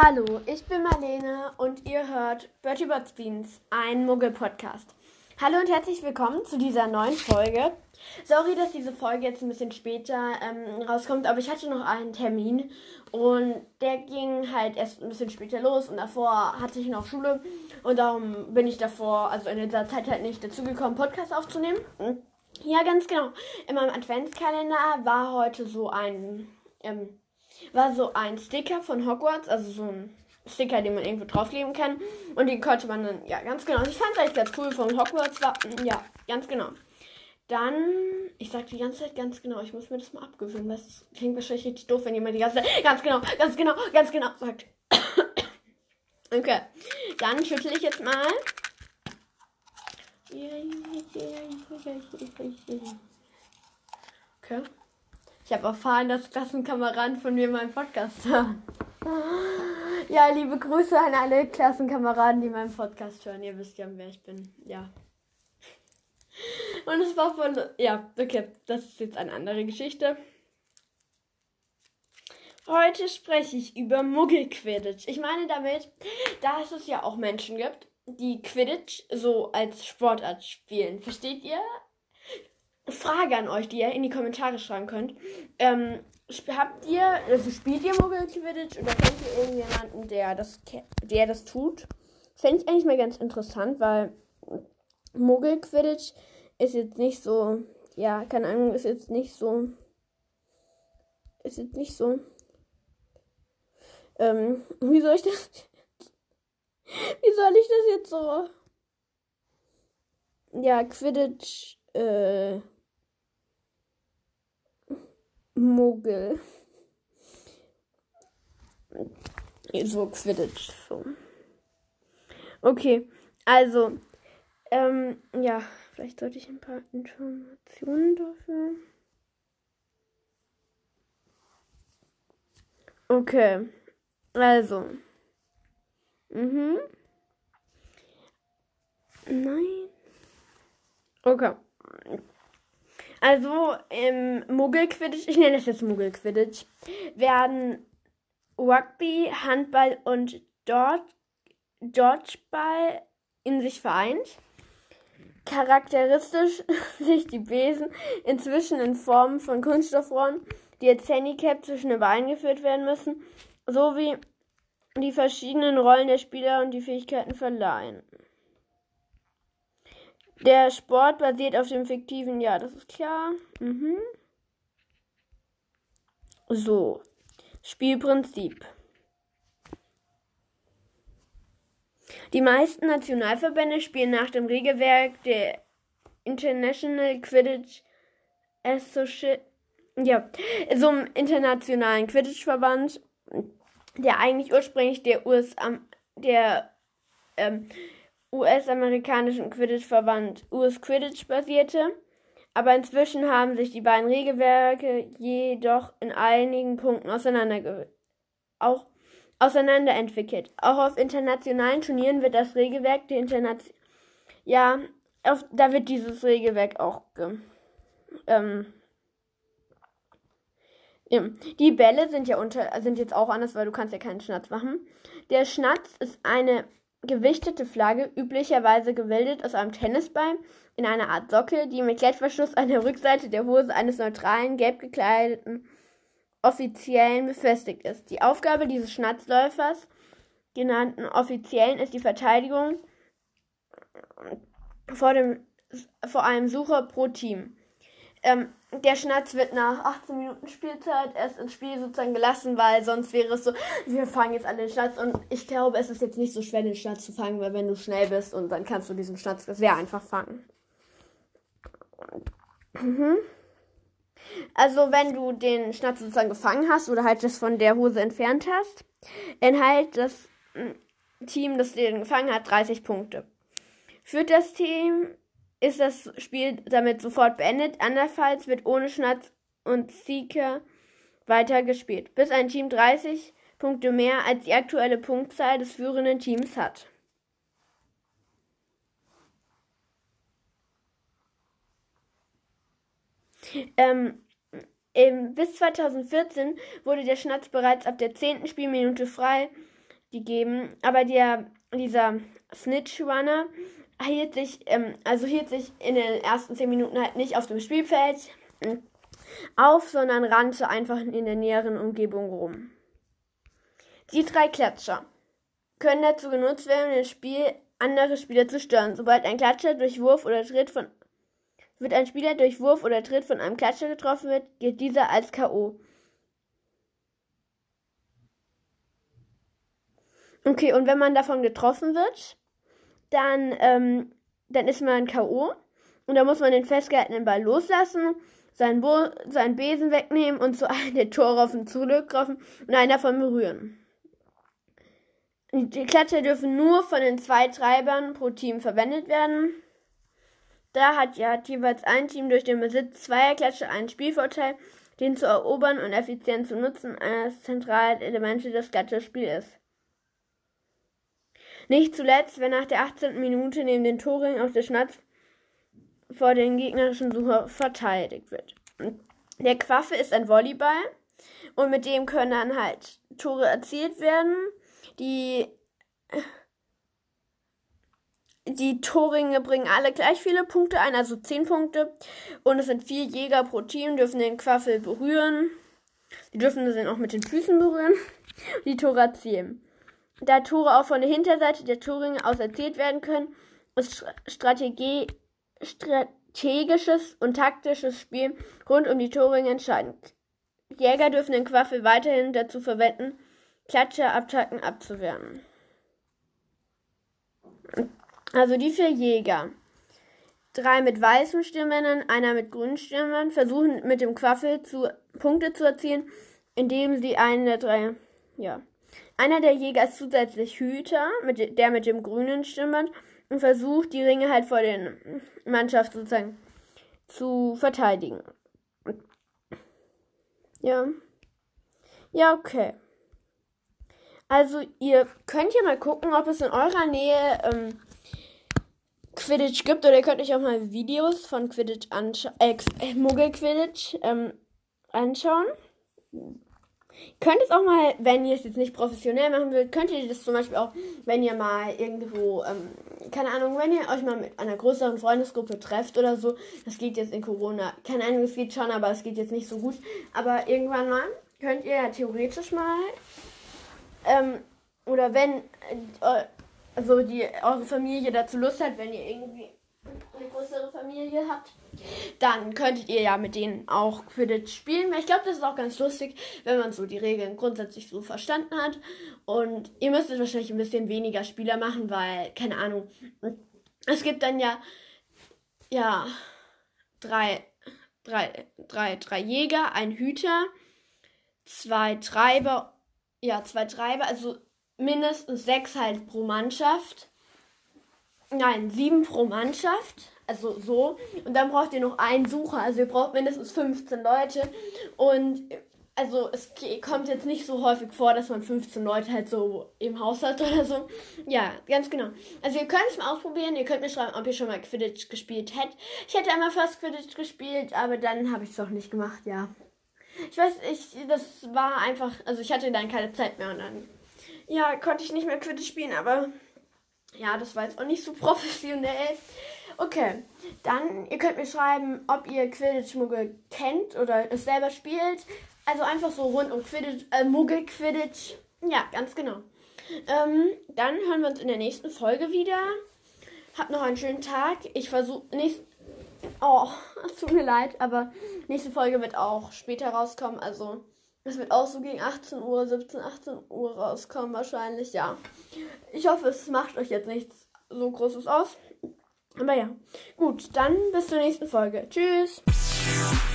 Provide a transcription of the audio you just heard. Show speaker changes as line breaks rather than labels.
Hallo, ich bin Marlene und ihr hört Bertie Bott's Beans, ein Muggel-Podcast. Hallo und herzlich willkommen zu dieser neuen Folge. Sorry, dass diese Folge jetzt ein bisschen später rauskommt, aber ich hatte noch einen Termin und der ging halt erst ein bisschen später los und davor hatte ich noch Schule und darum bin ich also in dieser Zeit halt nicht dazu gekommen, Podcast aufzunehmen. Ja, ganz genau. In meinem Adventskalender war heute so ein Sticker von Hogwarts, also so ein Sticker, den man irgendwo draufkleben kann. Und den konnte man dann, ja, ganz genau. Ich fand es eigentlich ganz cool von Hogwarts. Ja, ganz genau. Dann, ich sag die ganze Zeit ganz genau, ich muss mir das mal abgewöhnen, weil es klingt wahrscheinlich richtig doof, wenn jemand die ganze Zeit ganz genau sagt. Okay, dann schüttle ich jetzt mal. Okay. Ich habe erfahren, dass Klassenkameraden von mir meinen Podcast hören. Ja, liebe Grüße an alle Klassenkameraden, die meinen Podcast hören. Ihr wisst ja, wer ich bin. Ja. Und es war voll... Ja, okay. Das ist jetzt eine andere Geschichte. Heute spreche ich über Muggel-Quidditch. Ich meine damit, dass es ja auch Menschen gibt, die Quidditch so als Sportart spielen. Versteht ihr? Frage an euch, die ihr in die Kommentare schreiben könnt. Spielt ihr Muggel-Quidditch oder kennt ihr irgendjemanden, der das tut? Fände ich eigentlich mal ganz interessant, weil Muggel-Quidditch ist jetzt nicht so, ja, keine Ahnung, ist jetzt nicht so, wie soll ich das jetzt so, ja, Quidditch, Muggel. So Quidditch. So. Okay, also, ja, vielleicht sollte ich ein paar Informationen dafür. Okay, also. Nein. Okay. Also im Muggel-Quidditch, ich nenne es jetzt Muggel-Quidditch, werden Rugby, Handball und Dodgeball in sich vereint. Charakteristisch sich die Besen inzwischen in Form von Kunststoffrohren, die als Handicap zwischen den Beinen geführt werden müssen, sowie die verschiedenen Rollen der Spieler und die Fähigkeiten verleihen. Der Sport basiert auf dem fiktiven, ja, das ist klar. So, Spielprinzip. Die meisten Nationalverbände spielen nach dem Regelwerk der International Quidditch Association, ja, so einem internationalen Quidditch-Verband, der eigentlich ursprünglich der US-amerikanischen Quidditch-Verband US Quidditch basierte, aber inzwischen haben sich die beiden Regelwerke jedoch in einigen Punkten auseinanderentwickelt. Auch auf internationalen Turnieren wird das Regelwerk da wird dieses Regelwerk auch die Bälle sind jetzt auch anders, weil du kannst ja keinen Schnatz machen. Der Schnatz ist eine gewichtete Flagge, üblicherweise gebildet aus einem Tennisball in einer Art Sockel, die mit Klettverschluss an der Rückseite der Hose eines neutralen, gelb gekleideten Offiziellen befestigt ist. Die Aufgabe dieses Schnatzläufers, genannten Offiziellen, ist die Verteidigung vor einem Sucher pro Team. Der Schnatz wird nach 18 Minuten Spielzeit erst ins Spiel sozusagen gelassen, weil sonst wäre es so, wir fangen jetzt alle den Schnatz und ich glaube, es ist jetzt nicht so schwer, den Schnatz zu fangen, weil wenn du schnell bist und dann kannst du diesen Schnatz sehr einfach fangen. Also wenn du den Schnatz sozusagen gefangen hast oder halt das von der Hose entfernt hast, erhält das Team, das den gefangen hat, 30 Punkte. Führt das Team, ist das Spiel damit sofort beendet. Andernfalls wird ohne Schnatz und Seeker weitergespielt, bis ein Team 30 Punkte mehr als die aktuelle Punktzahl des führenden Teams hat. Bis 2014 wurde der Schnatz bereits ab der 10. Spielminute frei die geben. Aber dieser Snitch Runner hielt sich in den ersten 10 Minuten halt nicht auf dem Spielfeld auf, sondern rannte einfach in der näheren Umgebung rum. Die 3 Klatscher können dazu genutzt werden, im Spiel andere Spieler zu stören. Sobald ein Klatscher durch Wurf oder Tritt von einem Klatscher getroffen wird, gilt dieser als K.O. Okay, und wenn man davon getroffen wird, dann ist man K.O. Und dann muss man den festgehaltenen Ball loslassen, seinen Besen wegnehmen und zu einem der Torhaufen zurücklaufen und einen davon berühren. Die Klatscher dürfen nur von den 2 Treibern pro Team verwendet werden. Da hat jeweils ein Team durch den Besitz 2 Klatscher einen Spielvorteil, den zu erobern und effizient zu nutzen eines zentralen Elemente des Klatscherspiels ist. Nicht zuletzt, wenn nach der 18. Minute neben den Torring auch der Schnatz vor den gegnerischen Sucher verteidigt wird. Der Quaffel ist ein Volleyball und mit dem können dann halt Tore erzielt werden. Die Torringe bringen alle gleich viele Punkte ein, also 10 Punkte. Und es sind 4 Jäger pro Team, dürfen den Quaffel berühren. Die dürfen den auch mit den Füßen berühren. Die Tore erzielen. Da Tore auch von der Hinterseite der Torringe aus erzielt werden können, ist strategisches und taktisches Spiel rund um die Torringe entscheidend. Jäger dürfen den Quaffel weiterhin dazu verwenden, Klatscher-Attacken abzuwehren. Also die 4 Jäger. 3 mit weißen Stirnbändern, einer mit grünen Stirnbändern, versuchen mit dem Quaffel Punkte zu erzielen, indem sie einen der 3, Einer der Jäger ist zusätzlich Hüter, der mit dem grünen Stirnband, und versucht, die Ringe halt vor der Mannschaft sozusagen zu verteidigen. Ja. Ja, okay. Also ihr könnt ja mal gucken, ob es in eurer Nähe Quidditch gibt, oder ihr könnt euch auch mal Videos von Quidditch Muggel-Quidditch anschauen. Könnt es auch mal, wenn ihr es jetzt nicht professionell machen wollt, könnt ihr das zum Beispiel auch, wenn ihr mal irgendwo, wenn ihr euch mal mit einer größeren Freundesgruppe trefft oder so, das geht jetzt in Corona, keine Ahnung, es geht schon, aber es geht jetzt nicht so gut, aber irgendwann mal könnt ihr ja theoretisch mal, oder wenn eure Familie dazu Lust hat, wenn ihr irgendwie eine größere Familie habt, dann könntet ihr ja mit denen auch Quidditch spielen. Ich glaube, das ist auch ganz lustig, wenn man so die Regeln grundsätzlich so verstanden hat. Und ihr müsstet wahrscheinlich ein bisschen weniger Spieler machen, weil, keine Ahnung, es gibt dann drei Jäger, ein Hüter, 2 Treiber, also mindestens 6 halt pro Mannschaft. Nein, 7 pro Mannschaft. Also so. Und dann braucht ihr noch einen Sucher. Also ihr braucht mindestens 15 Leute. Und also es kommt jetzt nicht so häufig vor, dass man 15 Leute halt so im Haus hat oder so. Ja, ganz genau. Also ihr könnt es mal ausprobieren. Ihr könnt mir schreiben, ob ihr schon mal Quidditch gespielt hättet. Ich hätte einmal fast Quidditch gespielt, aber dann habe ich es doch nicht gemacht, ja. Das war einfach, also ich hatte dann keine Zeit mehr und dann, konnte ich nicht mehr Quidditch spielen, aber ja, das war jetzt auch nicht so professionell. Okay, dann, ihr könnt mir schreiben, ob ihr Quidditch-Muggel kennt oder es selber spielt. Also einfach so rund um Quidditch, Muggel-Quidditch. Ja, ganz genau. Dann hören wir uns in der nächsten Folge wieder. Habt noch einen schönen Tag. Ich versuche es tut mir leid, aber nächste Folge wird auch später rauskommen. Also, es wird auch so gegen 18 Uhr, 18 Uhr rauskommen wahrscheinlich, ja. Ich hoffe, es macht euch jetzt nichts so Großes aus. Aber ja, gut, dann bis zur nächsten Folge. Tschüss!